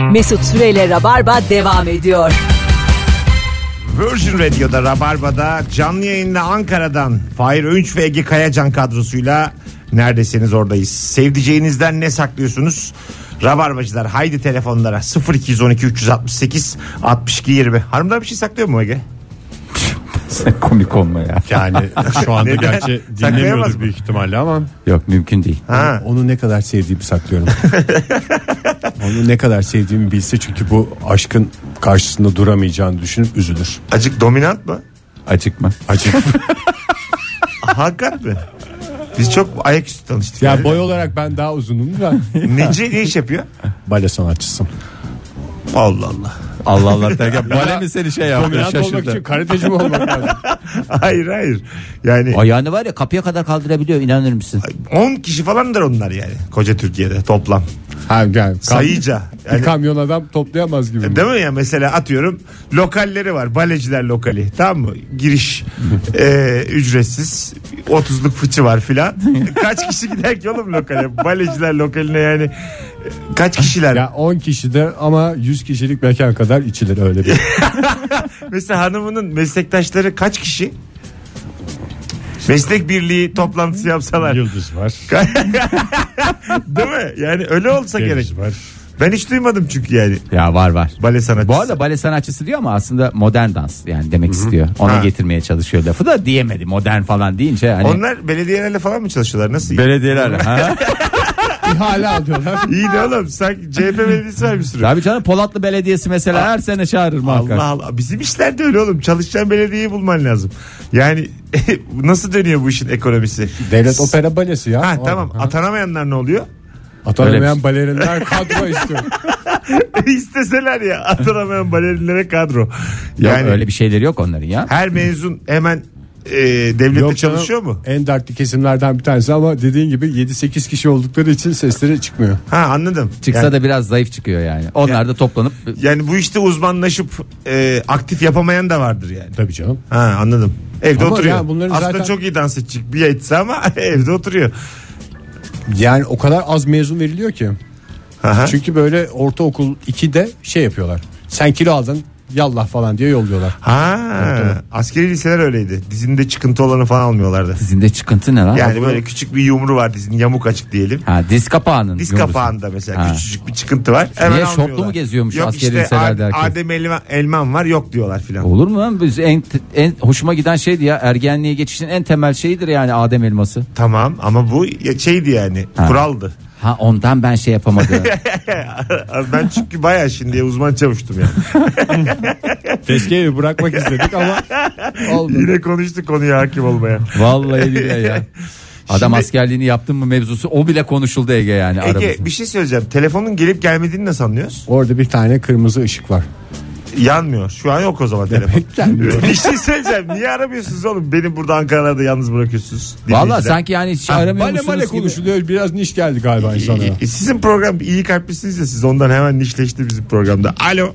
Mesut Süreyle Rabarba devam ediyor. Virgin Radio'da Rabarba'da canlı yayında Ankara'dan Fahir Öğünç ve Ege Kayacan kadrosuyla neredesiniz oradayız. Sevdiceğinizden ne saklıyorsunuz? Rabarbacılar haydi telefonlara 0212 368 62 20. Hanımlar bir şey saklıyor mu Ege? Sen komik olma ya. Yani şu anda Neden? gerçi Saklayamaz dinlemiyoruz mı? büyük ihtimalle ama Yok, mümkün değil. Ha. onu ne kadar sevdiğimi saklıyorum. Onu ne kadar sevdiğimi bilse, çünkü bu aşkın karşısında duramayacağını düşünüp üzülür. Acık dominant mı? Açık mı? Acı. Hakikat mi? Biz çok ayaküstü tanıştık. Ya yani. boy olarak ben daha uzunum da. Ne iş yapıyor? Bale sanatçısım. Allah Allah. Allah Allah derken bale mi seni şey yaptı, Dominant olmak için şaşırdı. karateci mi olmak lazım? Hayır. Yani Ayağını var ya kapıya kadar kaldırabiliyor, inanır mısın? 10 kişi falandır onlar yani. Koca Türkiye'de toplam. Ha, yani Sayıca. Bir Yani, kamyon adam toplayamaz gibi. değil mi ya, mesela atıyorum lokalleri var, baleciler lokali, tamam mı, giriş ücretsiz, 30'luk fıçı var filan. Kaç kişi gider ki oğlum lokale, baleciler lokaline yani, kaç kişiler? Ya 10 kişide ama 100 kişilik mekan kadar içilir, öyle bir. Mesela hanımının meslektaşları kaç kişi? Meslek birliği toplantısı yapsalar. Yıldız var. Değil mi? Yani öyle olsa gerek. Deniz var. Ben hiç duymadım çünkü yani. Ya var. Bale sanatçısı. Bu arada bale sanatçısı diyor ama aslında modern dans yani demek istiyor. Ona Ha. getirmeye çalışıyor lafı da diyemedi. Modern falan deyince hani. Onlar belediyelerle falan mı çalışıyorlar? Nasıl? Belediyelerle. Ha? İhale alıyorlar. İyi de oğlum, sanki CHP belediyesi var bir sürü. Tabii canım, Polatlı Belediyesi mesela her sene çağırır muhakkak. Allah Allah. Bizim işler de öyle oğlum. Çalışacağın belediyeyi bulman lazım. Yani nasıl dönüyor bu işin ekonomisi? Devlet opera balesi ya. Ha Orada. tamam. Ha. Atanamayanlar ne oluyor? Atanamayan balerinler kadro istiyor. İsteseler ya, atanamayan balerinlere kadro. Yok, Yani öyle bir şeyleri yok onların ya. her mezun hemen devlette Yok canım, çalışıyor mu? en dertli kesimlerden bir tanesi ama dediğin gibi 7-8 kişi oldukları için sesleri çıkmıyor. Ha, anladım. Çıksa Yani, da biraz zayıf çıkıyor yani. Onlar da toplanıp yani bu işte uzmanlaşıp aktif yapamayan da vardır yani. Tabii canım. Ha, anladım. Evde Ama oturuyor. ya bunların Aslında zaten- çok iyi dans edecek bir etse ama evde oturuyor. Yani o kadar az mezun veriliyor ki. Aha. Çünkü böyle ortaokul 2'de şey yapıyorlar. Sen kilo aldın yallah falan diye yolluyorlar. Ha, askeri liseler öyleydi. Dizinde çıkıntı olanı falan almıyorlardı. dizinde çıkıntı ne lan? Yani böyle küçük bir yumru var dizinin, yamuk açık diyelim. Ha, diz kapağının. Diz yumrusu. kapağında mesela Ha. küçücük bir çıkıntı var. Hemen Niye, almıyorlar. şortlu mu geziyormuş yok askeri işte liselerde herkes? Adem Elman var, yok diyorlar filan. Olur mu lan? Biz en hoşuma giden şeydi ya, ergenliğe geçişin en temel şeyidir yani Adem elması. Tamam ama bu şeydi yani, Ha. kuraldı. Ha, ondan ben şey yapamadım. Ben çünkü bayağı şimdiye uzman çavuştum yani. Keşke bırakmak istedik ama oldu. Yine konuştuk konuya hakim olmaya. Vallahi billahi ya. Adam Şimdi- askerliğini yaptın mı mevzusu, o bile konuşuldu Ege yani Ege, aramızda. bir şey söyleyeceğim. Telefonun gelip gelmediğini nasıl anlıyoruz? Orada bir tane kırmızı ışık var. Yanmıyor. Şu an yok o zaman telefon. Gelmiyor. Bir şey söyleyeceğim. Niye aramıyorsunuz oğlum? Beni burada Ankara'da yalnız bırakıyorsunuz. Vallahi Dinleyiciler. sanki yani hiç aramıyor Bale musunuz gibi. konuşuluyor, biraz niş geldi galiba insana. Sizin program iyi kalplisiniz ya, siz ondan hemen nişleşti bizim programda. Alo.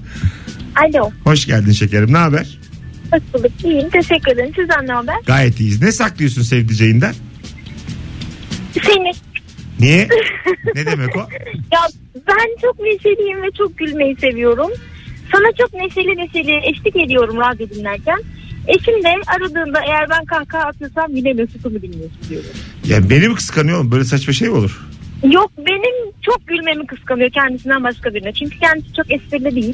Alo. Hoş geldin şekerim. Ne haber? Hoş bulduk. İyiyim. Teşekkür ederim. Sizden ne haber? Gayet iyiyiz. Ne saklıyorsun sevdiceğinden? Seni. Niye? Ne demek o? Ya ben çok neşeliyim ve çok gülmeyi seviyorum. Sana çok neşeli eşlik ediyorum radyo dinlerken. Eşim de aradığında eğer ben kahkaha atıyorsam yine Mesut'umu dinliyorsun diyorum. Ya beni mi kıskanıyor oğlum? Böyle saçma şey mi olur? Yok, benim çok gülmemi kıskanıyor kendisinden başka birine. Çünkü kendisi çok esprili değil.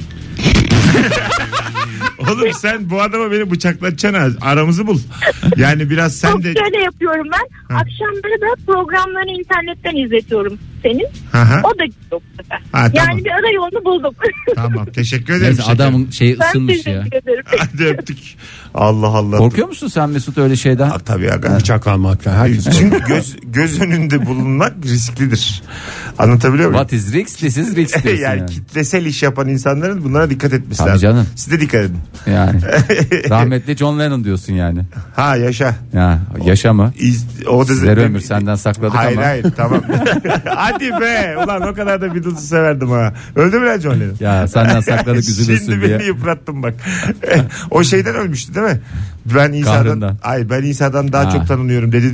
Oğlum sen bu adama beni bıçaklatacaksın ha. Aramızı bul. Yani biraz sen Çok de... şöyle yapıyorum ben. Ha. Akşamları da programlarını internetten izletiyorum senin. Aha. O da yok bu sefer. Ha, tamam. Yani bir ara yolunu buldum. Tamam, teşekkür ederim. Neyse, şekerim. adamın şeyi Ben ısınmış ya. teşekkür ederim. Hadi öptük. Allah Allah. Korkuyor musun sen Mesut öyle şeyden? Ha, tabii ya. Bıçaklanmaktan herkes. Çünkü göz önünde bulunmak risklidir. Anlatabiliyor muyum? What is risk? This is risk diyorsun yani yani. kitlesel iş yapan insanların bunlara dikkat etmesi Tabii lazım. canım. Siz de dikkat edin. Yani. Rahmetli John Lennon diyorsun yani. Ha, yaşa. Ya yaşa mı? O da Sizlere ömür senden sakladık hayır, ama. Hayır tamam. Hadi be. Ulan o kadar da Beatles'ı severdim ha. Öldü mü lan John Lennon? Ya senden sakladık üzülürsün Şimdi diye. beni yıprattın bak. O şeyden ölmüştü değil mi? Ben Kahrından. Ben İsa'dan daha Ha. çok tanınıyorum dedi diye.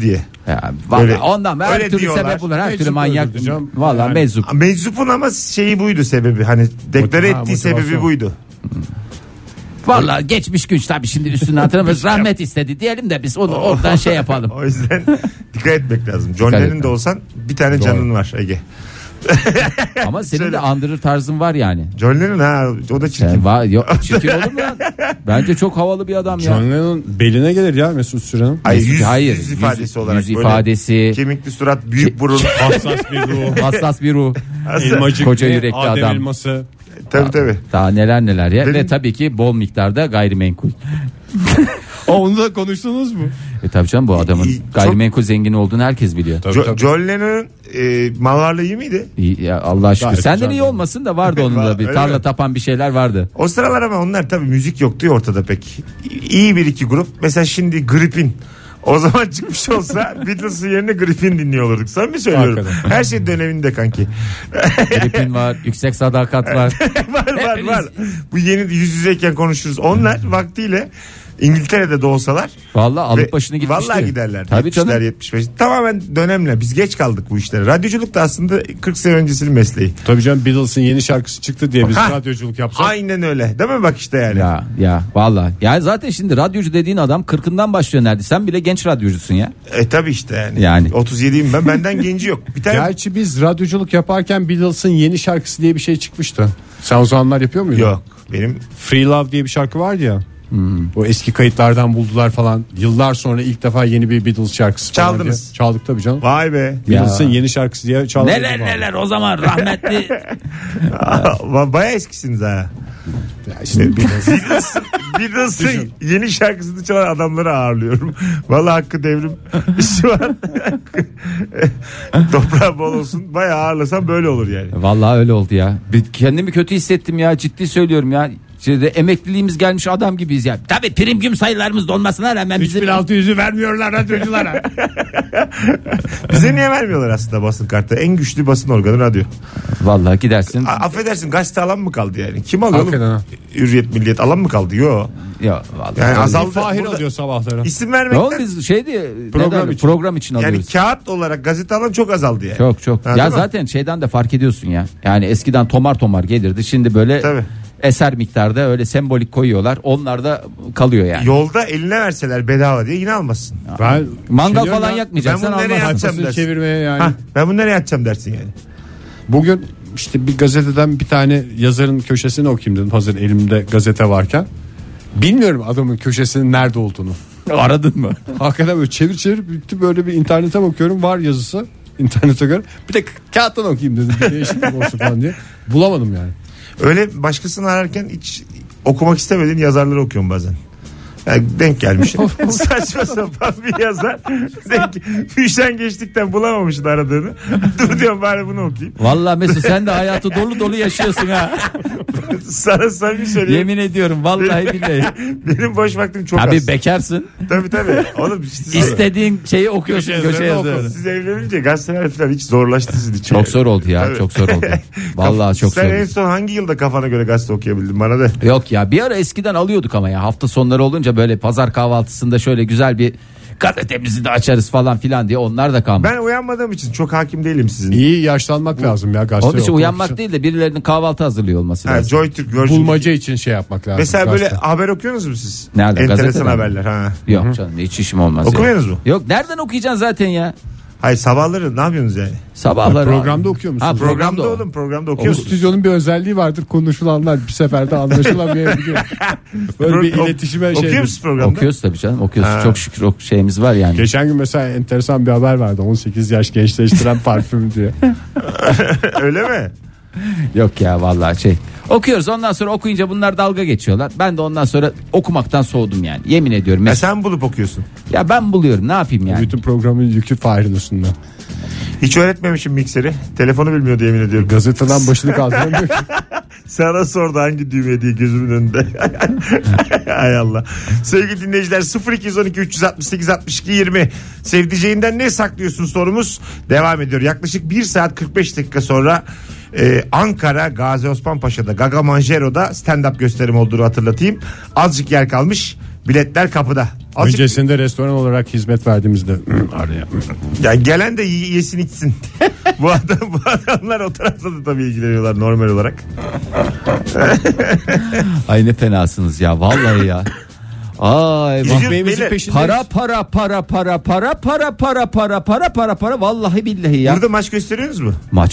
Ya, vallahi Öyle- ondan her öyle türlü diyorlar. sebep bulur. Her türlü Meczup manyak. öldüreceğim. Vallahi Yani. meczup. Meczup'un ama şeyi buydu, sebebi. Hani deklare Ha, ettiği sebebi motivasyon. buydu. Vallahi geçmiş güç tabii şimdi üstüne hatırlamıyoruz. Rahmet istedi diyelim de biz onu oradan şey yapalım. O yüzden dikkat etmek lazım. John Dikkat Lennon'da etmek. olsan bir tane canın var Ege. Ama senin Şöyle. de andırır tarzın var yani. John Lennon ha, o da çirkin. Sen yok çirkin olur mu ya? Bence çok havalı bir adam ya. John Lennon beline gelir ya Mesut Süren'in. Ay, Hayır, yüz ifadesi olarak. yüz böyle ifadesi, kemikli surat, büyük burun. Hassas bir ruh. hassas bir ruh. Elmacık, Koca yürekli Adem adam. elması. Tabii. Daha neler ya. Benim- Ve tabii ki bol miktarda gayrimenkul. Onu da konuştunuz mu? Tabii canım bu adamın çok- gayrimenkul zengin olduğunu herkes biliyor. Tabii, tabii. John Lennon'ın mal varlığı iyi miydi? İyi, ya Allah şükür. Gayet Senden güzel iyi yani. olmasın da vardı onun da bir Öyle tarla mi? tapan bir şeyler vardı. O sıralar ama onlar tabii müzik yoktu ya ortada pek. İyi bir iki grup. Mesela şimdi Gripin. O zaman çıkmış olsa Beatles'ın yerine Gripin dinliyor olurduk. Sen mi söylüyorum? Hakikaten. Her şey döneminde kanki. Gripin var, yüksek sadakat var. var. Bu yeni yüz yüzeyken konuşuruz. Onlar vaktiyle İngiltere'de de olsalar Vallahi alıp ve başını gitmişti. vallahi giderler. Tabii 70'ler canım. 75. Tamamen dönemle. Biz geç kaldık bu işlere. Radyoculuk da aslında 40 sene öncesinin mesleği. Tabii canım, Beatles'ın yeni şarkısı çıktı diye biz Ha. radyoculuk yapsak. Aynen öyle. Değil mi bak işte yani. Ya vallahi. Yani zaten şimdi radyocu dediğin adam 40'ından başlıyor neredeyse. Sen bile genç radyocusun ya. Tabii işte yani. Yani. 37'yim ben. Benden genci yok. Bir tane Gerçi biz radyoculuk yaparken Beatles'ın yeni şarkısı diye bir şey çıkmıştı. Sen o zamanlar yapıyor muydun? yok. Benim Free Love diye bir şarkı vardı ya. O eski kayıtlardan buldular falan. Yıllar sonra ilk defa yeni bir Beatles şarkısı falan Çaldınız. diye. Çaldık tabii canım. vay be. Beatles'ın yeni şarkısı diye çaldık. Neler o zaman rahmetli. Baya eskisiniz ha. İşte Beatles'ın yeni şarkısını çalan adamları ağırlıyorum. Vallahi Hakkı Devrim şu an toprağı bol olsun. Bayağı ağırlasam böyle olur yani. Vallahi öyle oldu ya. Kendimi kötü hissettim ya, ciddi söylüyorum ya. Şimdi emekliliğimiz gelmiş adam gibiyiz ya. Tabii prim gün sayılarımız da olmasına rağmen bizim 3600'ü vermiyorlar radyoculara. Bize niye vermiyorlar aslında basın kartı? En güçlü basın organı radyo. vallahi gidersin. Affedersin, gazete alan mı kaldı yani? Kim alıyor Hakikaten oğlum? ha. Hürriyet, Milliyet alan mı kaldı? Yok. Ya vallahi. Yani öyle. azaldı. Fahir Burada alıyor sabahları. İsim Ne oldu vermekten biz şey diye Program için. program için yani alıyoruz. kağıt olarak gazete alan çok azaldı yani. Çok. Ha, Ya değil mi? zaten şeyden de fark ediyorsun ya. Yani eskiden tomar gelirdi. Şimdi böyle Tabii. eser miktarda öyle sembolik koyuyorlar. Onlar da kalıyor yani. Yolda eline verseler bedava diye yine almazsın. Ben Mangal biliyorum falan ya, yakmayacaksan ben bunu nereye almazsın. atacağım Kafasını dersin. çevirmeye yani. Hah, ben bunu nereye atacağım dersin yani. Bugün işte bir gazeteden bir tane yazarın köşesini okuyayım dedim hazır elimde gazete varken. Bilmiyorum adamın köşesinin nerede olduğunu. Aradın mı? Hakikaten böyle çevir bitti, böyle bir internete bakıyorum, var yazısı internete göre. Bir de kağıttan okuyayım dedim, bir değişiklik olsun falan diye. Bulamadım yani. Öyle başkasını ararken hiç okumak istemediğin yazarları okuyorum bazen. Yani denk gelmiş. Saçma sapan bir yazar. Üşen geçtikten bulamamışsın aradığını. Dur diyorum bari bunu okuyayım. Vallahi Mesut sen de hayatı dolu yaşıyorsun ha. Sana samimi söyleyeyim. Yemin ediyorum vallahi billahi. Benim boş vaktim çok Tabii az. bekarsın. Tabii. Oğlum işte İstediğin şeyi okuyorsun köşe yazıları. Siz evlenince gazeteler falan hiç zorlaştı sizin için. Çok zor oldu ya, Tabii. çok zor oldu. Vallahi çok zor. Sen en son hangi yılda kafana göre gazete okuyabildin bana de. Yok ya, bir ara eskiden alıyorduk ama ya hafta sonları olunca böyle pazar kahvaltısında şöyle güzel bir gazetemizi de açarız falan filan diye, onlar da kalmadı. Ben uyanmadığım için çok hakim değilim sizin. İyi yaşlanmak lazım ya gazete Onun için okumak uyanmak için. değil de birilerinin kahvaltı hazırlıyor olması Ha, lazım. Joy Türk, Virgin. Bulmaca için şey yapmak lazım. Mesela gazete. böyle haber okuyorsunuz mu siz? Nerede? Enteresan Gazeteden mi? haberler. Ha. Yok canım, hiç işim olmaz. Okumuyorsunuz ya. mu? Yok, nereden okuyacaksın zaten ya? Hayır, sabahları ne yapıyorsunuz yani? Sabahları. Programda okuyor musun? Ha, Programda o. oğlum, programda O okuyorsunuz. stüdyonun bir özelliği vardır, konuşulanlar bir seferde anlaşılamayabiliyor. Böyle bir iletişime şey. Okuyor musunuz programda? Okuyoruz tabii canım, okuyoruz. Ha. Çok şükür o şeyimiz var yani. Geçen gün mesela enteresan bir haber vardı, 18 yaş gençleştiren parfüm diye. Öyle mi? Yok ya vallahi okuyoruz, ondan sonra okuyunca bunlar dalga geçiyorlar. Ben de ondan sonra okumaktan soğudum yani. Yemin ediyorum. Sen bulup okuyorsun. Ya ben buluyorum, ne yapayım yani. Bütün programın yükü Fahir'in üstünde. Hiç öğretmemişim mikseri. Telefonu bilmiyordu yemin ediyorum. Gazeteden başını kaldıramıyor ki. Sana sordu hangi düğme diye gözümün önünde. Hay Allah. Sevgili dinleyiciler, 0212 368 62 20 sevdiceğinden ne saklıyorsun sorumuz devam ediyor. Yaklaşık 1 saat 45 dakika sonra Ankara Gazi Osman Paşa'da Gaga Manjero'da stand-up gösterim olduğunu hatırlatayım. Azıcık yer kalmış. Biletler kapıda. Azıcık, Öncesinde restoran olarak hizmet verdiğimizde araya. yani gelen de yesin içsin. bu adamlar o tarafta da tabii ilgileniyorlar normal olarak. Ay ne fenasınız ya vallahi ya. Ay Gidiyoruz beyler. para vallahi billahi ya. Burada maç gösteriyorsunuz mu? Maç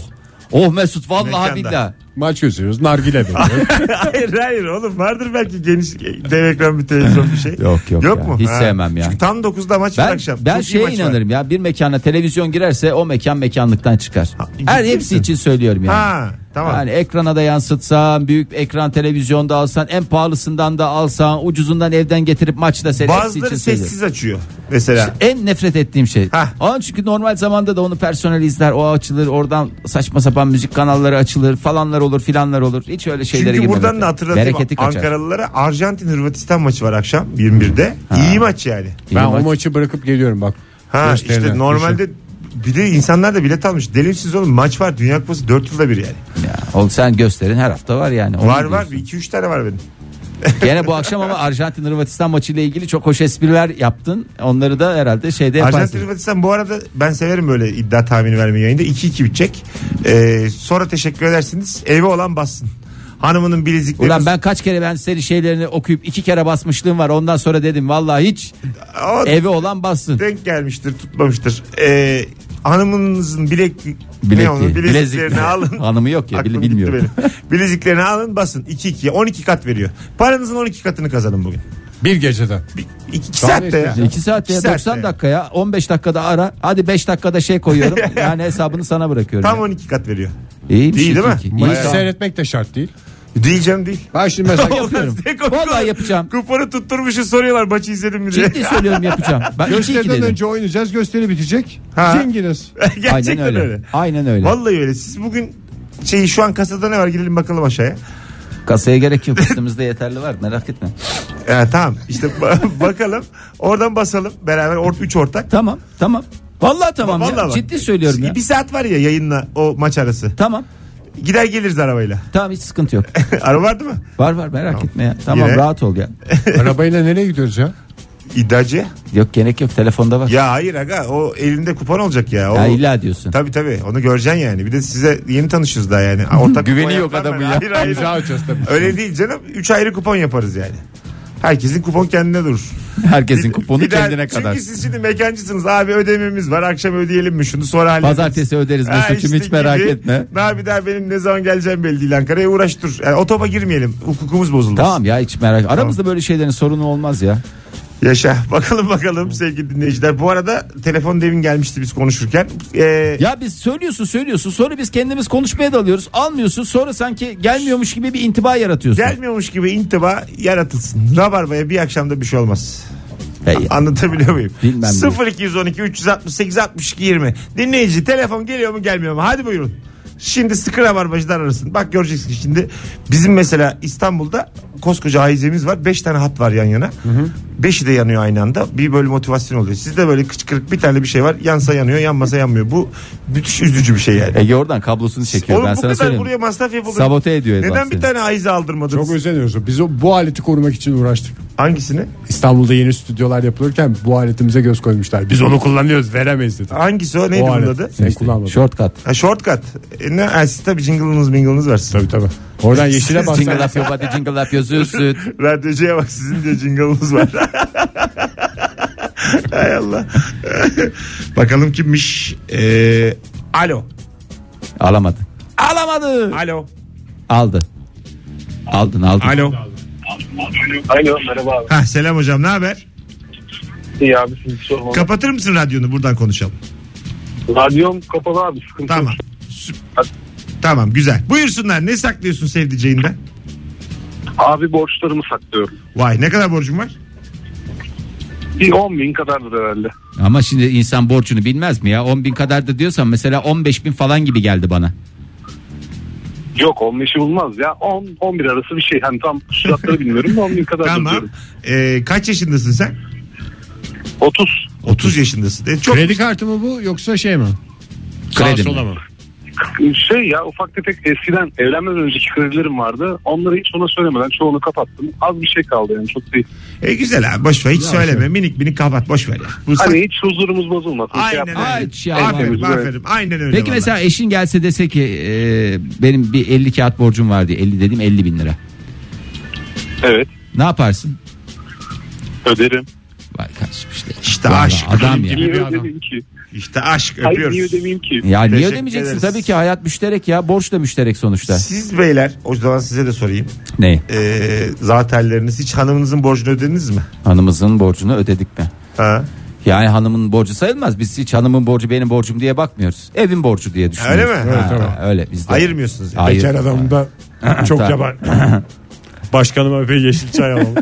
Mesut vallahi Mekanda. billahi. Maç gösteriyoruz. Nargile veriyoruz. hayır oğlum vardır belki geniş dev ekran bir televizyon bir şey. Yok ya. mu? Hiç sevmem ya. Çünkü tam 9'da maç var akşam. Ben Çok iyi şeye maç var. inanırım ya, bir mekana televizyon girerse o mekanlıktan çıkar. Her ciddi hepsi misin? için söylüyorum yani. Ha tamam. Yani ekrana da yansıtsan, büyük ekran televizyonda alsan, en pahalısından da alsan, ucuzundan evden getirip maçta seyret. Hepsi için Bazıları söylüyorum. sessiz açıyor mesela. En nefret ettiğim şey. Hah. Onun çünkü normal zamanda da onu personel izler, o açılır, oradan saçma sapan müzik kanalları açılır, falanlar olur, filanlar olur. Hiç öyle şeylere Çünkü girmemek. buradan da hatırlatayım Bereketi kaçar. Ankaralılara Arjantin Hırvatistan maçı var akşam 21'de. İyi maç yani. Ben maç. o maçı bırakıp geliyorum bak. Ha Gösterine. işte normalde bir de insanlar da bilet almış. Deli misiniz oğlum, maç var, Dünya Kupası 4 yılda bir yani. Ya, oğlum sen gösterin her hafta var yani. Onu Var diyorsun. 2-3 tane var benim. Gene bu akşam ama Arjantin Hırvatistan maçıyla ilgili çok hoş espriler yaptın. Onları da herhalde şeyde yaparsın. Arjantin Hırvatistan bu arada ben severim böyle iddia tahmini vermeyi yayında. 2-2 bitecek. Sonra teşekkür edersiniz. Eve olan bassın. Hanımının bilezikleri. Ulan ben kaç kere ben seri şeylerini okuyup 2 kere basmışlığım var. Ondan sonra dedim vallahi hiç O evi olan bassın. denk gelmiştir, tutmamıştır. Hanımınızın Bilekliği. bileziklerini alın. Hanımı yok ya, Aklım bilmiyorum. gitti benim. Bileziklerini alın, basın 2-2'ye 12 kat veriyor. Paranızın 12 katını kazanın bugün. Bir gecede. 2 Daha saatte ne ya. istiyorsun? 2 saatte ya, İki 90 saatte. dakika ya, 15 dakikada ara. Hadi 5 dakikada şey koyuyorum. Yani hesabını sana bırakıyorum. Tam ya. 12 kat veriyor. İyi bir İyi şey değil mi? ki. İyi, Maçı tamam. seyretmek de şart değil. Değil canım değil. Ben şimdi mesela yapıyorum. Vallahi yapacağım. Kuponu tutturmuşuz, soruyorlar maçı izledin mi diye. Ciddi söylüyorum, yapacağım. Ben 2-2 gösteriden dedim. önce oynayacağız. Gösteri bitecek. Ha. Zenginiz. Gerçekten Aynen öyle. Aynen öyle. Vallahi öyle. Siz bugün şu an kasada ne var, girelim bakalım aşağıya. Kasaya gerek yok. Üstümüzde yeterli var. Merak etme. Tamam işte bakalım. Oradan basalım beraber 3 ortak. Tamam. Vallahi tamam Vallahi ya. bak. Ciddi söylüyorum ya. Bir saat var ya yayınla o maç arası. Tamam. Gider geliriz arabayla. Tamam, hiç sıkıntı yok. Araba vardı mı? Var merak etme ya. Tamam, Yine- rahat ol ya. Arabayla nereye gidiyoruz ya? İddiacı. Yok, gerek yok, telefonda var. Ya hayır aga, o elinde kupon olacak ya. O, Ya illa diyorsun. Tabii onu göreceksin yani. Bir de size yeni tanışırız daha yani. Ortak Güveni kupon yok yapmam adamın ben. ya. Hayır. İmza atacağız tabii. Öyle değil canım. 3 ayrı kupon yaparız yani. Herkesin kupon kendine durur. Herkesin kuponu Bir daha- kendine kadar. Çünkü siz şimdi mekancısınız. Abi ödememiz var. Akşam ödeyelim mi şunu, sonra hallederiz. Pazartesi öderiz Mesut'cum, hiç merak gibi. etme. Bir daha benim ne zaman geleceğim belli değil Ankara'ya, uğraş dur. Yani o topa girmeyelim. Hukukumuz bozulmaz. Tamam ya, hiç merak. Aramızda böyle şeylerin sorunu olmaz ya. Yaşa. Bakalım sevgili dinleyiciler. Bu arada telefon devin gelmişti biz konuşurken. Ya biz söylüyorsun, sonra biz kendimiz konuşmaya dalıyoruz. Almıyorsun, sonra sanki gelmiyormuş gibi bir intiba yaratıyorsun. Gelmiyormuş gibi intiba yaratılsın. Rabarba'ya bir akşamda bir şey olmaz. Hey, Anlatabiliyor muyum? Bilmem 0212 368 62 20. Dinleyici telefon geliyor mu gelmiyor mu? Hadi buyurun. Şimdi sıkı rabarbacılar arasın. Bak göreceksin şimdi. Bizim mesela İstanbul'da koskoca hayizemiz var. 5 tane hat var yan yana. 5'i de yanıyor aynı anda. Bir böyle motivasyon oluyor. Sizde böyle kırık bir tane bir şey var. Yansa yanıyor, yanmasa yanmıyor. Bu müthiş üzücü bir şey yani. Ege oradan kablosunu çekiyor. Oğlum Ben bu sana kadar söyleyeyim. buraya masraf yapılır. Sabote ediyor. Neden bak bir seni. tane hayize aldırmadınız? Çok özeniyoruz. Biz bu aleti korumak için uğraştık. Hangisini? İstanbul'da yeni stüdyolar yapılırken bu aletimize göz koymuşlar. Biz onu kullanıyoruz, veremeyiz dedi. Hangisi o? Neydi O bunun alet. adı? Sen kullanmadın. Shortcut. Shortcut. Siz tabii jingle'ınız varsın. Tabii. Oradan yeşile bas. Jingle up your body, jingle up your süt. Radyocuya bak, sizin diye jingle'ınız var. Hay Allah. Bakalım kimmiş? Alo. Alamadı. Alo. Aldı. Aldın. Alo. Alo, merhaba abi. Selam hocam, ne haber? İyi abi, sizi sormalı. Kapatır mısın radyonu, buradan konuşalım. Radyom kapalı abi, sıkıntı Tamam. yok. Tamam, güzel. Buyursunlar, ne saklıyorsun sevdiceğinden? Abi borçlarımı saklıyorum. Vay, ne kadar borcun var? Bir 10.000 kadardır herhalde. Ama şimdi insan borcunu bilmez mi ya? 10.000 kadar da diyorsan mesela 15.000 falan gibi geldi bana. Yok, 15'i bulmaz ya. 10-11 arası bir şey. Hani tam süratleri bilmiyorum da 10.000 kadardır Tamam. diyorum. Kaç yaşındasın sen? 30. 30 yaşındasın. Çok Kredi kartı mı bu yoksa şey mi? Kredi Sağ mi? sola mı? Ya ufak tefek eskiden evlenmeden önceki kredilerim vardı. Onları hiç ona söylemeden çoğunu kapattım. Az bir şey kaldı yani, çok değil. Güzel abi, boş ver, hiç söyleme. Minik minik kapat, boş ver ya. Hani hiç huzurumuz bozulmasın. Aynen öyle. Aferin. Aynen öyle. Peki mesela eşin gelse dese ki benim bir 50 kağıt borcum var diye, 50 dediğim 50 bin lira. Evet. Ne yaparsın? Öderim. Vay kardeşim İşte vallahi aşk. adam ya. Niye ödemeyeyim ki? İşte aşk, Hayır, öpüyoruz. niye ödemeyeyim ki? Ya niye Teşekkür ödemeyeceksin? ederiz. Tabii ki hayat müşterek ya. Borç da müşterek sonuçta. Siz beyler, o zaman size de sorayım. Ne? Zatenleriniz, hiç hanımınızın borcunu ödediniz mi? Hanımızın borcunu ödedik mi? Ha. Yani hanımın borcu sayılmaz. Biz hiç hanımın borcu benim borcum diye bakmıyoruz. Evin borcu diye düşünüyoruz. Öyle mi? Ha, Evet, öyle biz de. Ayırmıyorsunuz. Yani. Hayır. Bekar adamım da çok yaban. Başkanıma bir yeşil çay alalım.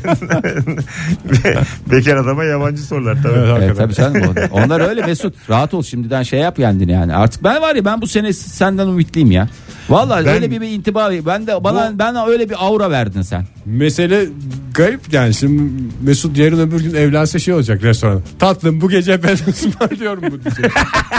Bekar adama yabancı sorular tabii. Evet, tabii canım. Onlar öyle Mesut. Rahat ol şimdiden, şey yap kendini yani. Artık ben var ya, ben bu sene senden ümitliyim ya. Vallahi öyle bir intiba, ben de bana öyle bir aura verdin sen. Mesele garip yani. Şimdi Mesut yarın öbür gün evlense şey olacak restoran. Tatlım bu gece ben ısmarlıyorum bu diyecek.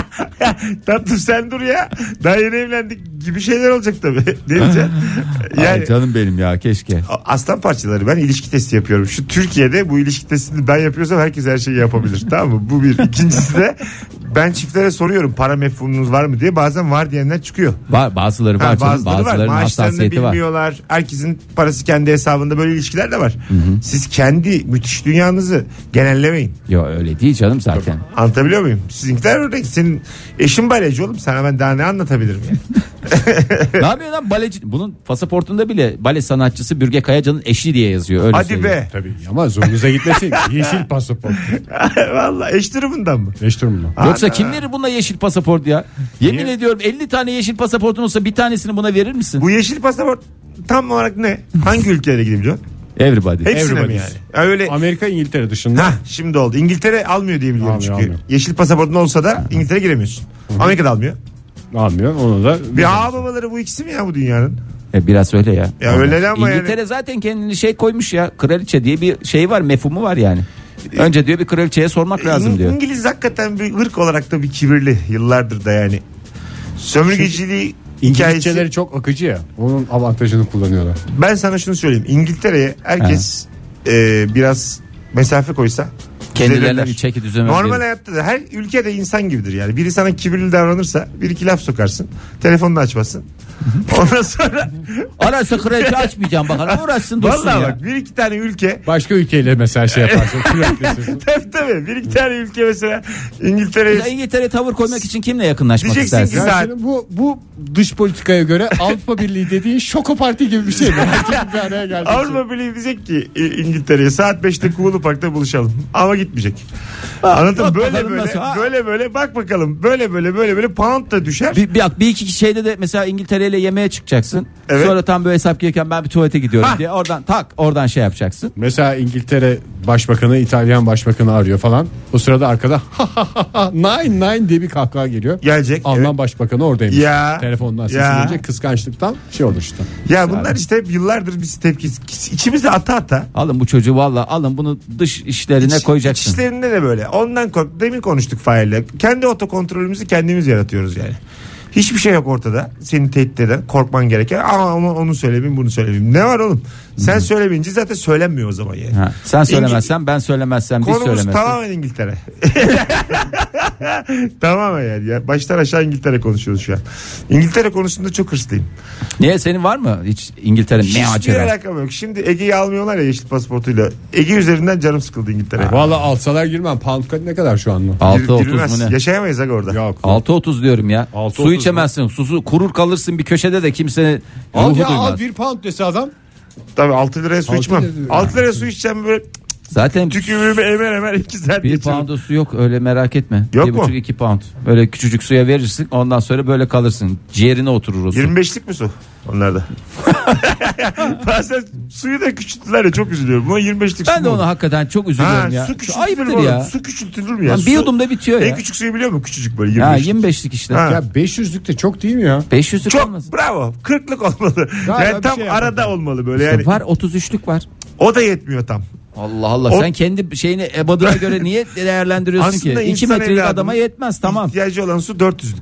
Tatlım sen dur ya. Daha yeni evlendik gibi şeyler olacak tabii. Ne diyeceksin? Ay canım benim ya, keşke. Aslan parçaları, ben ilişki testi yapıyorum. Şu Türkiye'de bu ilişki testini ben yapıyorsam herkes her şeyi yapabilir. Tamam mı? Bu bir. İkincisi de ben çiftlere soruyorum, para mefhumunuz var mı diye. Bazen var diyenler çıkıyor. Var, bazıları var canım, Bazıları var. bazılarının Maaşlarını hassasiyeti var. bilmiyorlar. Herkesin parası kendi hesabında, böyle ilişkiler de var. Siz kendi müthiş dünyanızı genellemeyin. Yok öyle değil canım zaten. Anlatabiliyor muyum? Sizinkiler örnek. Senin eşin baleci oğlum. Sana ben daha ne anlatabilirim yani? Ne yapıyor lan baleci? Bunun pasaportunda bile bale sanatçısı Bürge Kayacan'ın eşi diye yazıyor. Öyle Hadi söyleyeyim. be. Tabii ama zorunuza gitmesin. Yeşil pasaport. Vallahi eş durumundan mı? Eş durumunda. Yoksa kim verir buna yeşil pasaport ya? Yemin ediyorum 50 tane yeşil pasaportun olsa bir tanesini buna verir misin? Bu yeşil pasaport tam olarak ne? Hangi ülkelere gideyim John? Everybody. Hepsine mi Everybody's. yani? Öyle. Amerika, İngiltere dışında. Hah, şimdi oldu. İngiltere almıyor diye biliyorum çünkü. Almıyor. Yeşil pasaportun olsa da İngiltere giremiyorsun. Amerika'da almıyor. Almıyor. Onu da Bir ağababaları bu ikisi mi ya bu dünyanın? Biraz öyle ya. Ya öyle de ama İngiltere zaten kendini şey koymuş ya. Kraliçe diye bir şey var, mefhumu var yani. Önce diyor bir kraliçeye sormak lazım diyor. İngiliz hakikaten bir ırk olarak da bir kibirli yıllardır da yani. Sömürgeciliği hikayesi. İngilizceleri çok akıcı ya. Onun avantajını kullanıyorlar. Ben sana şunu söyleyeyim. İngiltere'ye herkes biraz mesafe koysa Kendilerine düzelirler. bir çeki düzen Normal verir. hayatta da her ülkede insan gibidir yani. Biri sana kibirli davranırsa bir iki laf sokarsın. Telefonunu açmasın. Ondan sonra Ararsa kraliçe açmayacağım bakalım. Uğraşsın dursun vallahi ya. bak bir iki tane ülke Başka ülkeyle mesela şey yaparsın. flörtleşirsin. tabii bir iki tane ülke mesela İngiltere'ye İngiltere tavır koymak için kimle yakınlaşmak Diyeceksin istersin? ki Ya şimdi bu dış politikaya göre Avrupa Birliği dediğin şoko parti gibi bir şey mi? Herkes bir araya geldi. Avrupa Birliği diyecek ki İngiltere'ye saat 5'te Kuğulu Park'ta buluşalım. Ama gitmeyecek. Anladın mı? bak Böyle bakalım böyle nasıl, ha? böyle bak bakalım. Böyle pound da düşer. Bir iki şeyde de mesela İngiltere ile yemeğe çıkacaksın. Evet. Sonra tam böyle hesap gelirken ben bir tuvalete gidiyorum Ha. diye oradan şey yapacaksın. Mesela İngiltere Başbakanı İtalyan Başbakanı arıyor falan. O sırada arkada nine diye bir kahkaha geliyor. Gelecek. Alman evet. Başbakanı oradaymış. Ya. Telefondan sesi Ya. gelince kıskançlıktan şey olur işte. Ya bunlar işte hep yıllardır biz tepki içimizde ata Alın bu çocuğu valla, alın bunu dış işlerine koyacaksın. İçlerinde de böyle. Ondan demin konuştuk Fahir'le. Kendi otokontrolümüzü kendimiz yaratıyoruz yani. Hiçbir şey yok ortada. Seni tehdit eden, korkman gereken. Ama onu söylemeyeyim, bunu söylemeyeyim. Ne var oğlum? Sen söylemeyince zaten söylenmiyor o zaman yani. Ha, sen söylemezsen ben söylemezsem biz Konumuz söylemezsek. tamamen İngiltere. Tamamen yani. Ya. Baştan aşağı İngiltere konuşuyoruz şu an. İngiltere konusunda çok hırslıyım. Niye, senin var mı hiç İngiltere'nin ne Hiçbir açıdan? alakam yok. Şimdi Ege'yi almıyorlar ya yeşil pasaportuyla. Ege üzerinden canım sıkıldı İngiltere'ye. Valla alsalar girmem. Pound ne kadar şu anda? 6.30 Girmez. mu ne? Yaşayamayız aga orada. Yok. 6.30 diyorum ya. 6.30 Su içemezsin. Susu kurur kalırsın bir köşede de kimse Al ruhu ya, duymaz. al 1 pound dese adam. Tabii 6 liraya su 6 içmem. lira. 6 liraya su içeceğim böyle Zaten tükürüğümü emer 2 saat bir geçiririm. pound'a su yok, öyle merak etme. Yok mu? 1,5-2 pound. Böyle küçücük suya verirsin, ondan sonra böyle kalırsın. Ciğerine oturur o su. 25'lik mi su onlarda? Bazen suyu da küçülttüler ya, çok üzülüyorum. Ama 25'lik su Ben de mu? ona hakikaten çok üzülüyorum ya. Su Şu küçültülür ayıptır mü ya. oğlum? Su küçültülür mü ya? Lan bir Su- yudumda bitiyor En ya. küçük suyu biliyor musun? Küçücük böyle 25'lik. Ha 25'lik işte. Ha. Ya 500'lük de çok değil mi ya? 500'lük Çok olmaz. bravo. 40'lık olmalı. Galiba Yani bir tam şey yapalım. arada olmalı böyle yani. Var 33'lük var. O da yetmiyor tam. Allah Allah, O- sen kendi şeyini ebadına göre niye değerlendiriyorsun ki? Aslında 2 insan metrelik evladının adama yetmez, tamam. İhtiyacı olan su 400'lük.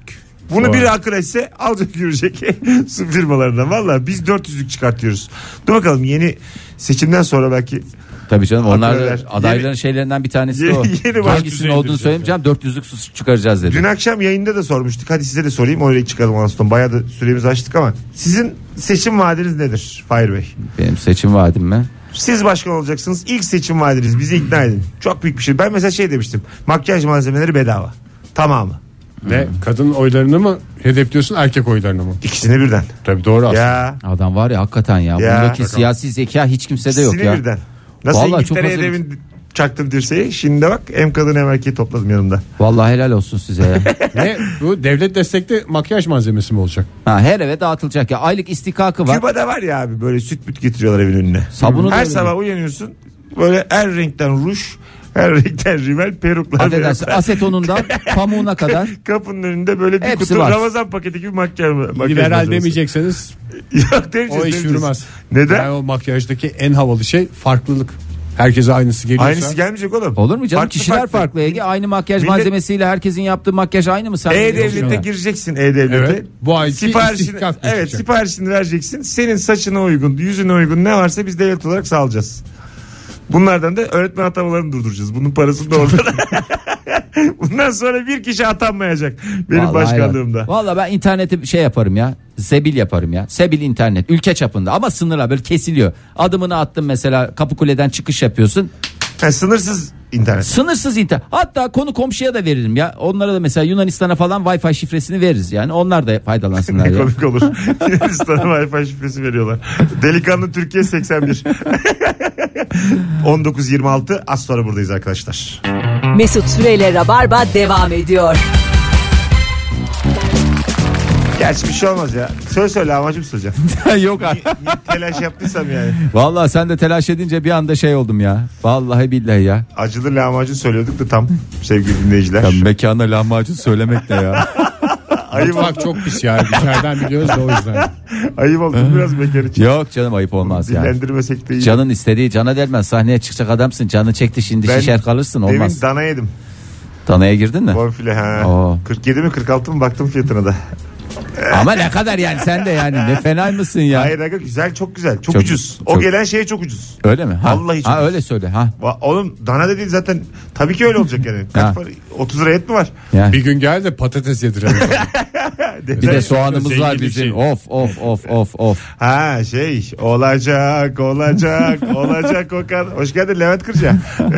Bunu Doğru. biri akıl etse alacak görecek su firmalarından. Valla biz 400'lük çıkartıyoruz. Dur bakalım yeni seçimden sonra belki. Tabii canım onlar da Hakikaten. adayların şeylerinden bir tanesi de o. Yeni baş Hangisinin düzey olduğunu indireceğiz söylemeyeceğim 400'lük su çıkaracağız dedi. Dün akşam yayında da sormuştuk. Hadi size de sorayım. Öyle çıkalım Anaston. Bayağı da süremizi açtık ama. Sizin seçim vaadiniz nedir Fahir Bey? Benim seçim vaadim mi? Siz başkan olacaksınız. İlk seçim vaadiniz. Bizi ikna edin. Çok büyük bir şey. Ben mesela şey demiştim. Makyaj malzemeleri bedava. Tamamı. Ne kadın oylarını mı hedefliyorsun erkek oylarını mı? İkisini birden. Tabii doğru aslında. Ya. Adam var ya hakikaten ya. Ya. Bundaki siyasi zeka hiç kimsede yok İkisini ya. birden. Nasıl Vallahi çok İngiltere'ye hazır. demin çaktım dirseği. Şimdi de bak hem kadın hem erkeği topladım yanımda. Vallahi helal olsun size ya. Ne bu devlet destekli makyaj malzemesi mi olacak? Ha, her eve dağıtılacak ya. Aylık istikakı var. Küba'da var ya abi böyle süt büt getiriyorlar evin önüne. Sabunu da her öyle. sabah uyanıyorsun. Böyle her renkten ruj, her renkten rimel, peruklar. Affedersin peruklar. asetonundan pamuğuna kadar. Kapının önünde böyle bir Hepsi kutu var. Ramazan paketi gibi makyaj Liberal malzemesi. demeyecekseniz Yok demeyeceğiz. o iş demeyeceğiz. yürümez. Neden? Yani o makyajdaki en havalı şey farklılık. Herkese aynısı geliyorsa. Aynısı gelmeyecek oğlum. Olur mu canım? Farklı Kişiler farklı. farklı Ege. Aynı makyaj Millet- malzemesiyle herkesin yaptığı makyaj aynı mı? Sen E-Devlet'e gireceksin E-Devlet'e. Evet, bu ayki Siparişini, istihkak evet düşecek. siparişini vereceksin. Senin saçına uygun, yüzüne uygun ne varsa biz devlet olarak sağlayacağız. Bunlardan da öğretmen atamalarını durduracağız. Bunun parasını da orada. Bundan sonra bir kişi atanmayacak benim Vallahi başkanlığımda. helal. Vallahi ben interneti şey yaparım ya. Sebil yaparım ya. Sebil internet. Ülke çapında ama sınırlar böyle kesiliyor. Adımını attın mesela Kapıkule'den çıkış yapıyorsun. Ha, sınırsız internet. Sınırsız internet. Hatta konu komşuya da veririm ya. Onlara da mesela Yunanistan'a falan Wi-Fi şifresini veririz. Yani onlar da faydalansınlar Ne ya. komik olur. Yunanistan'a Wi-Fi şifresi veriyorlar. Delikanlı Türkiye 81. 19.26 az sonra buradayız arkadaşlar. Mesut Süreyle Rabarba devam ediyor. Gerçi bir şey olmaz ya. Söyle amacım söyleyeceğim. Yok abi. Niye telaş yaptıysam yani. Vallahi sen de telaş edince bir anda şey oldum ya. Vallahi billahi ya. Acılı lahmacun söylüyorduk da tam sevgili dinleyiciler. Ya mekana lahmacun söylemek de ya. Ayıp, Mutfak çok pis ya. İçeriden biliyoruz da o yüzden. ayıp oldu biraz mekan için. Yok canım ayıp olmaz ya. Dillendirmesek de iyi. Canın istediği cana delmez. Sahneye çıkacak adamsın. Canı çekti şimdi Ben şişer kalırsın olmaz. Demin dana yedim. Danaya girdin mi? Bonfile ha. Oo. 47 mi 46 mı baktım fiyatına da. Ama ne kadar yani sen de yani ne fena mısın ya? Hayır aga güzel çok güzel. Çok Çok- ucuz. O çok- gelen şeye çok ucuz. Öyle mi? Ha. Vallahi çok Ha ucuz. öyle söyle ha. Oğlum dana dediğin zaten tabii ki öyle olacak yani. Kaç Ha. para? 30 lira et mi var? Yani. Bir gün gel de patates yedirelim. Bir de soğanımız Zengin var bir bizim. şey. Of. Ha şey olacak o kadar. Hoş geldin Levent Kırca.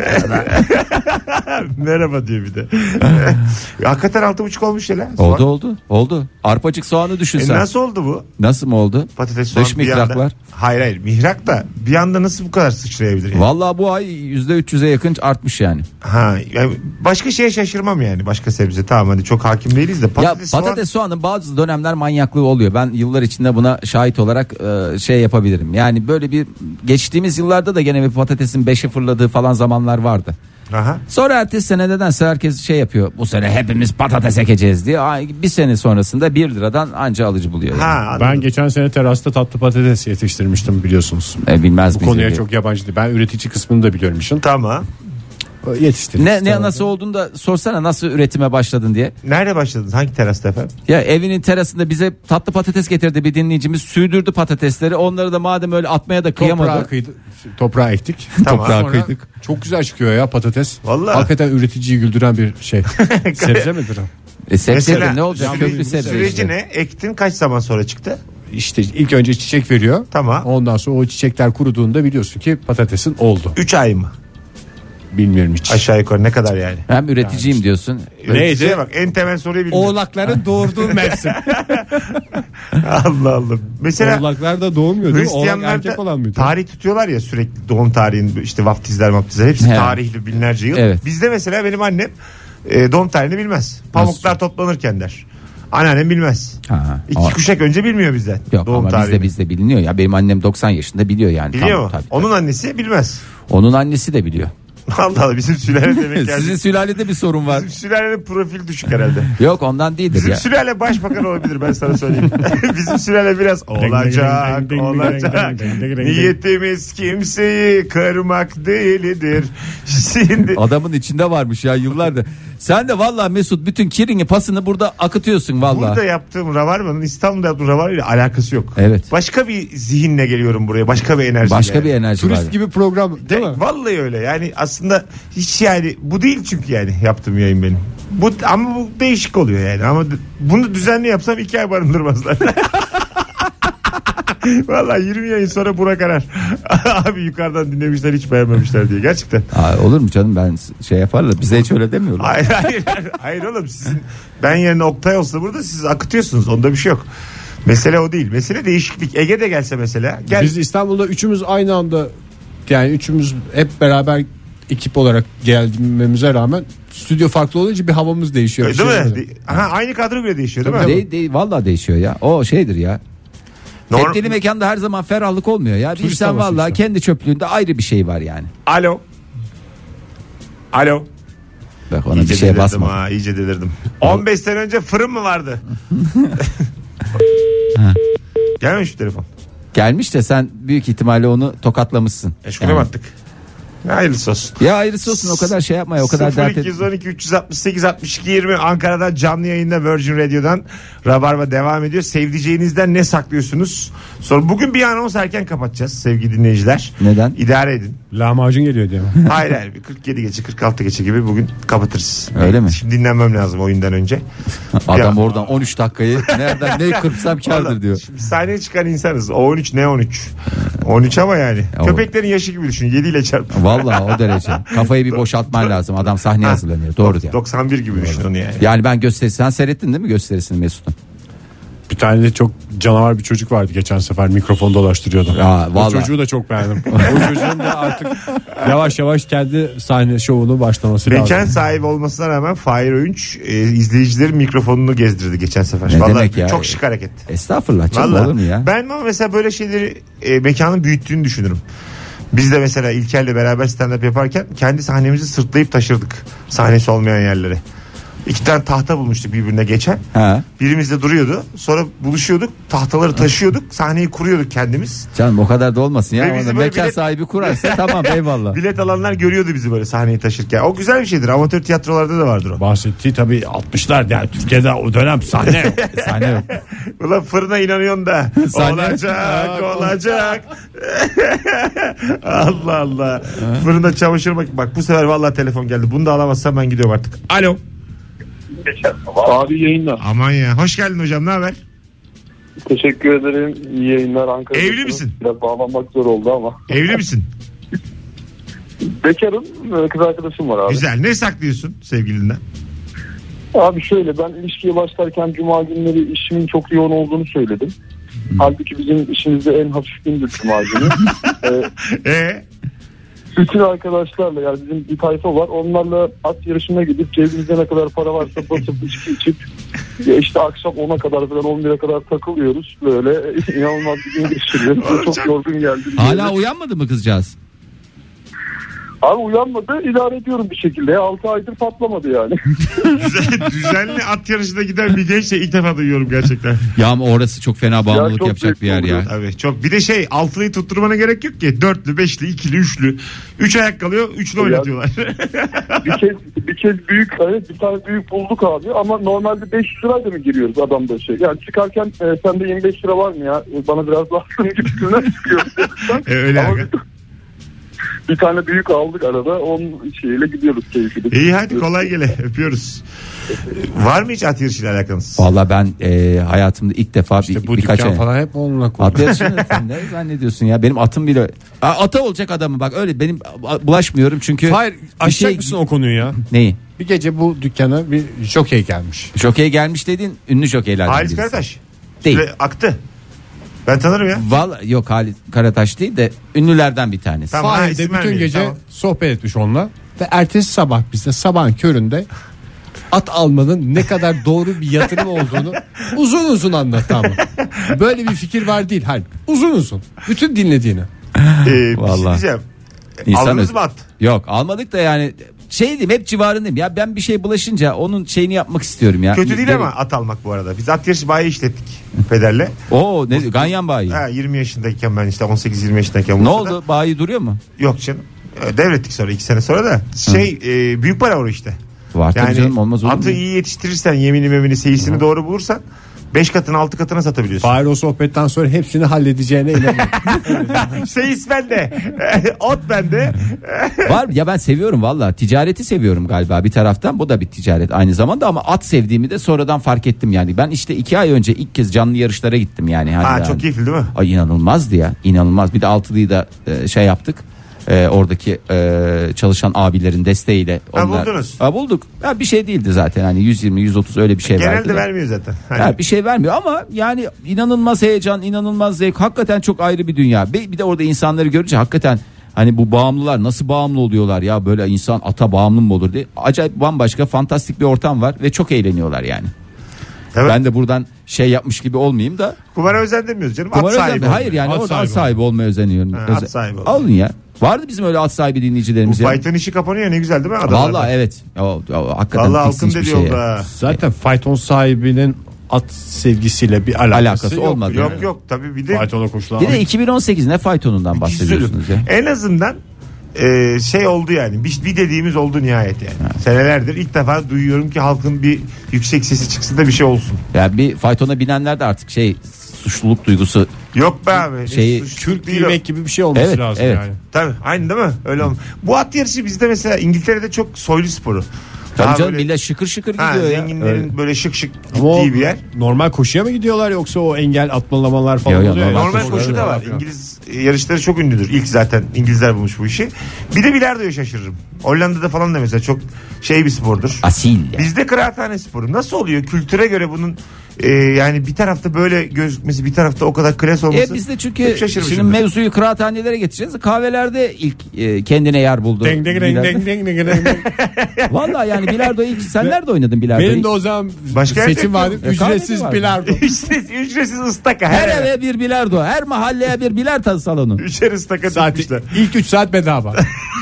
Merhaba diyor bir de. Hakikaten 6,5 olmuş ya lan. soğan. Oldu. Arpacık soğanı düşün sen. Nasıl oldu bu? Nasıl mı oldu? Patates soğan Dış bir mihraklar. anda. Hayır mihrak da bir anda nasıl bu kadar sıçrayabilir yani? Vallahi bu ay %300'e yakın artmış yani. Ha yani başka şeye şaşırmam yani. Başka sebze tamam hadi çok hakim değiliz de Patates soğanın bazı dönemler manyaklığı oluyor. Ben yıllar içinde buna şahit olarak şey yapabilirim. Yani böyle bir geçtiğimiz yıllarda da gene bir patatesin 5'e fırladığı falan zamanlar vardı. Aha. Sonra ertesi sene nedense herkes şey yapıyor. Bu sene hepimiz patates ekeceğiz diye. Bir sene sonrasında 1 liradan anca alıcı buluyor. Yani. Ha anladım. Ben geçen sene terasta tatlı patates yetiştirmiştim biliyorsunuz. Bilmez Bu miyiz konuya diye. çok yabancı değil. Ben üretici kısmını da biliyorum işin. Tamam. Yetiştirdim. Ne nasıl olduğunu da sorsana nasıl üretime başladın diye. Nerede başladınız? Hangi terasta efendim? Ya evinin terasında bize tatlı patates getirdi bir dinleyicimiz. Sürdürdü patatesleri. Onları da madem öyle atmaya da kıyamadı. Toprağa ektik. Tamam. Toprağa Sonra kıydık. çok güzel çıkıyor ya patates. Vallahi. Hakikaten üreticiyi güldüren bir şey. Sebze midir o? Sebze ne olacak? Köklü sebze süreci işte. ne? Ektin kaç zaman sonra çıktı? İşte ilk önce çiçek veriyor. Tamam. Ondan sonra o çiçekler kuruduğunda biliyorsun ki patatesin oldu. 3 ay mı? Bilmiyorum hiç. Aşağı yukarı ne kadar yani? Hem üreticiyim diyorsun. Üreticiye bak en temel soruyu bilmiyorum. Oğlakların doğurduğu mevsim. Allah Allah. Mesela Oğlaklar da doğmuyor değil mi? Oğlak Hristiyanlar erkek olan mıydı? tarih tutuyorlar ya sürekli doğum tarihin işte vaftizler hepsi He. tarihli binlerce yıl. Evet. Bizde mesela benim annem doğum tarihini bilmez. Pamuklar toplanırken der. Anneannem bilmez. Ha. 2 kuşak önce bilmiyor bizden. Yok doğum ama tarihini. bizde biliniyor ya. Benim annem 90 yaşında biliyor yani. Biliyor Tamam, mu? tabii. Onun annesi bilmez. Onun annesi de biliyor. Allah Allah bizim sülale demek yani. Sizin sülalede bir sorun var. Bizim sülalenin profili düşük herhalde. Yok ondan değildir Bizim ya. sülale başbakan olabilir ben sana söyleyeyim. Bizim sülale biraz olacak. Niyetimiz kimseyi kırmak değildir. Şimdi Adamın içinde varmış ya yıllardır. Sen de vallahi Mesut bütün kirini pasını burada akıtıyorsun vallahi. Burada yaptığım Rabarba'nın İstanbul'da yaptığım Rabarba ile alakası yok. Evet. Başka bir zihinle geliyorum buraya. Başka bir enerji. Başka bir enerji var. Turist gibi program değil mi? Vallahi öyle. Yani aslında hiç yani bu değil çünkü yani yaptığım yayın benim. Ama bu değişik oluyor yani. Ama bunu düzenli yapsam 2 ay barındırmazlar. Vallahi 20 yayın sonra Burak arar. Abi yukarıdan dinlemişler hiç beğenmemişler diye. Gerçekten. Olur mu canım, ben şey yaparlar. Bize hiç öyle demiyorlar. Hayır oğlum, sizin ben yerine Oktay olsa burada siz akıtıyorsunuz. Onda bir şey yok. Mesele o değil. Mesele değişiklik. Ege'de gelse mesela. Biz İstanbul'da üçümüz aynı anda, yani üçümüz hep beraber ekip olarak gelmemize rağmen stüdyo farklı olunca bir havamız değişiyor. Değil mi? Aynı kadro bile değişiyor değil mi? Vallahi değişiyor ya. O şeydir ya. Tepkili mekanda her zaman ferahlık olmuyor ya. Bir sen vallahi kendi çöplüğünde ayrı bir şey var yani. Alo. Bak ona bir şeye basma. İyice delirdim. 15 sene önce fırın mı vardı? Gelmemiş bir telefon. Gelmiş de sen büyük ihtimalle onu tokatlamışsın. Eşkule battık. Hayırlısı olsun. Ya hayırlısı olsun, o kadar şey yapma ya, o kadar dert et. 0212 368 62 20 Ankara'da canlı yayında Virgin Radio'dan Rabarba devam ediyor. Sevdiceğinizden ne saklıyorsunuz? Sonra bugün bir anons erken kapatacağız sevgili dinleyiciler. Neden? İdare edin. Lahmacun geliyor diye mi? Hayır 47 geçe 46 geçe gibi bugün kapatırız. Öyle mi? Şimdi dinlenmem lazım oyundan önce. Adam oradan 13 dakikayı nereden ne kırpsam kârdır diyor. Şimdi sahneye çıkan insanız. O 13 ne 13? 13 ama yani. Köpeklerin yaşı gibi düşün. 7 ile çarp. Vallahi o derece. Kafayı bir boşaltman lazım. Adam sahneye hazırlanıyor. Doğru diyor. 91 gibi düşün onu yani. Yani ben sen seyrettin değil mi gösterisini Mesut'un? Bir tane de çok canavar bir çocuk vardı geçen sefer, mikrofon dolaştırıyordu. Ya, o vallahi. çocuğu da çok beğendim. O çocuğun da artık yavaş yavaş kendi sahne şovunu başlaması Mekan lazım. sahibi olmasına rağmen Fahir Öğünç izleyicilerin mikrofonunu gezdirdi geçen sefer. Ne Vallahi demek ya? çok şık hareket. Estağfurullah canım, olur mu ya? Ben mesela böyle şeyleri mekanın büyüttüğünü düşünürüm. Biz de mesela İlker'le beraber stand-up yaparken kendi sahnemizi sırtlayıp taşırdık sahnesi olmayan yerlere. 2 tane tahta bulmuştuk birbirine geçen. Ha. Birimiz de duruyordu. Sonra buluşuyorduk. Tahtaları taşıyorduk. Sahneyi kuruyorduk kendimiz. Canım o kadar da olmasın ya. Ve Mekan sahibi kurarsa tamam, eyvallah. Bilet alanlar görüyordu bizi böyle sahneyi taşırken. O güzel bir şeydir. Amatör tiyatrolarda da vardır o. Bahsettiği tabii 60'lar yani Türkiye'de o dönem sahne yok. Sahne yok. Ulan fırına inanıyorsun da. Sahne. Olacak. Allah Allah. Fırında çamaşır bak bu sefer vallahi telefon geldi. Bunu da alamazsam ben gidiyorum artık. Alo. Abi yayınlar. Aman ya. Hoş geldin hocam. Ne haber? Teşekkür ederim. İyi yayınlar Ankara'da. Evli misin? Biraz bağlanmak zor oldu ama. Evli misin? Bekarım. Kız arkadaşım var abi. Güzel. Ne saklıyorsun sevgilinden? Abi şöyle, ben ilişkiye başlarken cuma günleri işimin çok yoğun olduğunu söyledim. Halbuki bizim işimizde en hafif gündür cuma günü. Bütün arkadaşlarla, yani bizim bir tayfa var, onlarla at yarışına gidip cebimizde ne kadar para varsa basıp içki içip işte akşam 10'a kadar falan 11'e kadar takılıyoruz. Böyle inanılmaz bir gün geçiriyoruz. Çok yorgun geldim. Hala uyanmadı mı kızcağız? Abi uyanmadı, idare ediyorum bir şekilde. 6 aydır patlamadı yani. Düzenli at yarışına giden bir gençle ilk defa duyuyorum gerçekten. Ya ama orası çok fena bağımlılık çok yapacak bir yer ya. Tabii çok. Bir de altılıyı tutturmana gerek yok ki. Dörtlü, beşli, ikili, üçlü. 3 ayak kalıyor, üçlü oynatıyorlar. bir kez büyük, evet, bir tane büyük bulduk abi, ama normalde 500 lirayla mı giriyoruz adamda şey. Yani çıkarken sende 25 lira var mı ya? Bana biraz lazım gibisinden çıkıyor. Öyle ama aga. bir tane büyük aldık arada, onun şeyiyle gidiyoruz keyifli. İyi hadi kolay gele, öpüyoruz. Var mı hiç at yarışıyla alakanız? Vallahi ben hayatımda ilk defa İşte bu birkaç dükkan ay. falan hep onunla At konuşuyor. yarışını sen ne zannediyorsun ya? Benim atım bile. Ata olacak adamı bak, öyle benim bulaşmıyorum çünkü. Hayır, açacak mısın o konuyu ya? Neyi? Bir gece bu dükkana bir jokey gelmiş. Jokey gelmiş dediğin ünlü jokeylerden Halis birisi. Karataş. Değil. Süre aktı. Ben tanırım ya. Vallahi yok, Halis Karataş değil de ünlülerden bir tanesi. Tamam. Fahir de isim bütün vermeyelim, gece tamam. sohbet etmiş onunla. Ve ertesi sabah bizde sabahın köründe at almanın ne kadar doğru bir yatırım olduğunu uzun uzun anlattı ama. Böyle bir fikir var değil. Hayır. Uzun uzun. Bütün dinlediğini. Bir Vallahi. şey diyeceğim. İnsan Aldınız öz- mı at? Yok almadık da yani diyeyim, hep civarındayım ya, ben bir şey bulaşınca onun şeyini yapmak istiyorum ya. Kötü değil ama at almak bu arada. Biz at yarışı bayi işlettik pederle. Oo ne Ganyan bayi. 20 yaşındayken ben işte 18-20 yaşındayken. Ne Bursa'da. oldu, bayi duruyor mu? Yok canım. Devrettik sonra 2 sene sonra da büyük para var o işte. Var tabii canım, olmaz olur mu? Atı iyi yetiştirirsen, yemini memini seyisini doğru bulursan 5 katına 6 katına satabiliyorsun. Fahir o sohbetten sonra hepsini halledeceğine inanıyorum. Seyis bende. Ot bende. Var ya, ben seviyorum valla, ticareti seviyorum galiba bir taraftan, bu da bir ticaret aynı zamanda, ama at sevdiğimi de sonradan fark ettim yani. Ben işte 2 ay önce ilk kez canlı yarışlara gittim yani. Ha, çok keyifli değil mi? Ay, inanılmazdı ya, inanılmaz. Bir de Altılı'yı da şey yaptık. Oradaki çalışan abilerin desteğiyle buldunuz. Bulduk. Ya bir şey değildi zaten, hani 120-130 öyle bir şey verdi. Genelde vermiyor zaten. Hani... Ya bir şey vermiyor ama yani inanılmaz heyecan, inanılmaz zevk. Hakikaten çok ayrı bir dünya. Bir de orada insanları görünce hakikaten hani bu bağımlılar nasıl bağımlı oluyorlar ya, böyle insan ata bağımlı mı olur diye. Acayip bambaşka, fantastik bir ortam var ve çok eğleniyorlar yani. Evet. Ben de buradan şey yapmış gibi olmayayım da. Kumara özendirmiyoruz canım. Kumara at sahibi. Hayır yani orada at sahibi olmaya özeniyorum. At sahibi olun. Alın ya. Vardı bizim öyle at sahibi dinleyicilerimiz. Bu ya. fayton işi kapanıyor, ne güzel değil mi adamlar? Vallahi evet. Hakikaten Vallahi tiksinç halkın bir dediği şey. oldu. Zaten fayton sahibinin at sevgisiyle bir alakası yok. olmadı. Yok tabii, bir de Faytona koşulan. Bir de 2018 ne faytonundan bahsediyorsunuz ya? en azından şey oldu yani, bir dediğimiz oldu nihayet yani. Senelerdir ilk defa duyuyorum ki halkın bir yüksek sesi çıksın da bir şey olsun. Ya bir faytona binenler de artık suçluluk duygusu. Yok be abi. Kürk giymek gibi bir şey olması Evet, lazım evet. yani. Tabii aynı değil mi? Öyle olmuş. Bu at yarışı bizde mesela İngiltere'de çok soylu sporu. Tabii Daha canım, böyle- millet şıkır şıkır Ha, gidiyor ya. zenginlerin Öyle. böyle şık Ama o gittiği bir yer. normal koşuya mı gidiyorlar yoksa o engel atlamalar falan Yok, yok, oluyor ya? Normal koşu da var. İngiliz yarışları çok ünlüdür. İlk zaten İngilizler bulmuş bu işi. Bir de bilardoya şaşırırım. Hollanda'da falan da mesela çok şey bir spordur. Asil ya. Bizde kıraathane sporu. Nasıl oluyor? Kültüre göre bunun yani bir tarafta böyle gözükmesi, bir tarafta o kadar klas olması. Bizde hep çünkü şaşırmışımdır. şimdi mevzuyu kıraathanelere getireceğiz. Kahvelerde ilk kendine yer buldu. Deng deng deng deng deng deng deng. Vallahi yani bilardo ilk. Sen nerede oynadın bilardo? Benim de o zaman Başka yerde seçim yok. vardı. Ücretsiz kahvede bilardo. ücretsiz ıstaka. Her eve bir bilardo, her mahalleye bir bilardo salonu. Üçer ıstaka Saati, tutmuşlar. ilk 3 saat bedava.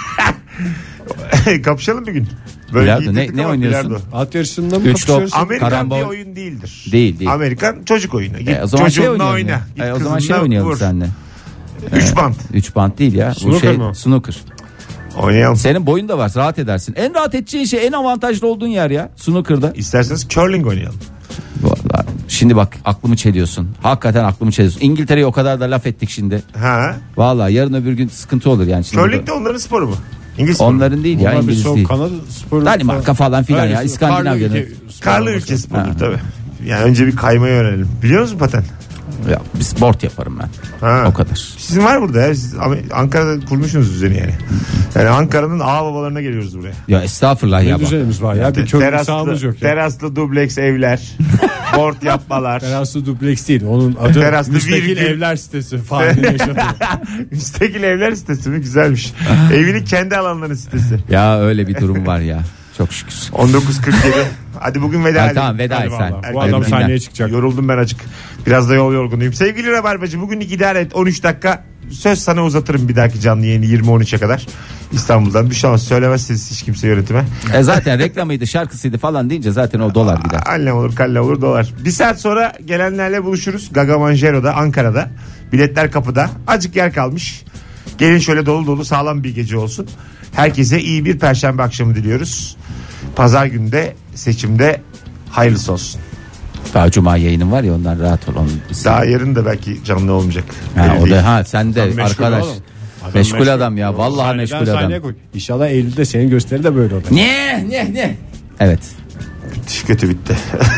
Kapışalım bir gün. Böyle Bilardo, giydirdik ne ama oynuyorsun? bilardo. At yarışında mı Üç kapışıyoruz? top. Amerikan Karambol. bir oyun değildir. Değil. Amerikan çocuk oyunu. Git O zaman şey çocuğunla oynayalım oyna. ya. Git O zaman şey kızınla oynayalım vur. seninle. 3 band. 3 band değil ya. Bu Snooker şey mı? snooker. Oynayalım. Senin boyun da var, rahat edersin. En rahat edeceğin şey, en avantajlı olduğun yer ya snooker'da. İsterseniz curling oynayalım. Vallahi şimdi bak, aklımı çeliyorsun. Hakikaten aklımı çeliyorsun. İngiltere'ye o kadar da laf ettik şimdi. Ha. Vallahi yarın öbür gün sıkıntı olur yani. Şimdi Curling de onların sporu mu? İngiliz sporu. onların değil ya, Bunlar bir İngiliz son değil. Kanada sporu. Danimarka falan filan ya, İskandinavya'nın. Karlı ülke sporudur tabii. Yani önce bir kaymayı öğrenelim. Biliyor musun paten? Ya, biz board yaparım ben. Ha. O kadar. Sizin var burada ya. Siz Ankara'da kurmuşsunuz düzeni yani. Yani Ankara'nın ağ babalarına geliyoruz buraya. Ya estağfurullah ya Ne bak. düzenimiz var ya. Bir köprü sahamız yok ya. Teraslı dubleks evler. Board yapmalar. Teraslı dubleks değil. Onun adı Teraslı müstakil virgül. evler sitesi. Fahri yaşadı. Müstakil evler sitesi mi? Güzelmiş. Evinin kendi alanları sitesi. Ya öyle bir durum var ya. Çok şükür. 19.47. Hadi bugün veda Ha, edelim. tamam veda et sen. Bu adam sahneye çıkacak. Yoruldum ben açık. Biraz da yol yorgunuyum. Sevgili Rabarbacı, bugünlük idare et. 13 dakika. Söz sana uzatırım bir dahaki canlı yayını 20-13'e kadar. İstanbul'dan bir şey olmaz. Söylemezsiniz hiç kimse yönetime. Zaten reklamıydı, şarkısıydı falan deyince zaten o dolar gider. Allem olur kalle olur dolar. Bir saat sonra gelenlerle buluşuruz. Gaga Manjero'da, Ankara'da. Biletler kapıda. Azıcık yer kalmış. Gelin şöyle dolu dolu sağlam bir gece olsun. Herkese iyi bir perşembe akşamı diliyoruz. Pazar günü de seçimde hayırlısı olsun. Daha cuma yayının var ya, ondan rahat ol. Daha yarın da belki canlı olmayacak. Ha, Belli o değil. da sen de Meşgul arkadaş. oğlum. Meşgul adam ya. Vallahi Sahneden meşgul sahneye adam. koy. İnşallah Eylül'de senin gösteri de böyle olur. Ne? Evet. Müthiş kötü bitti.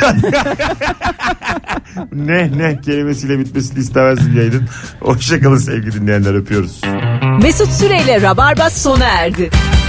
ne kelimesiyle bitmesini istemezdim yayının. Hoşçakalın sevgili dinleyenler, öpüyoruz. Mesut Süreyle Rabarba sona erdi.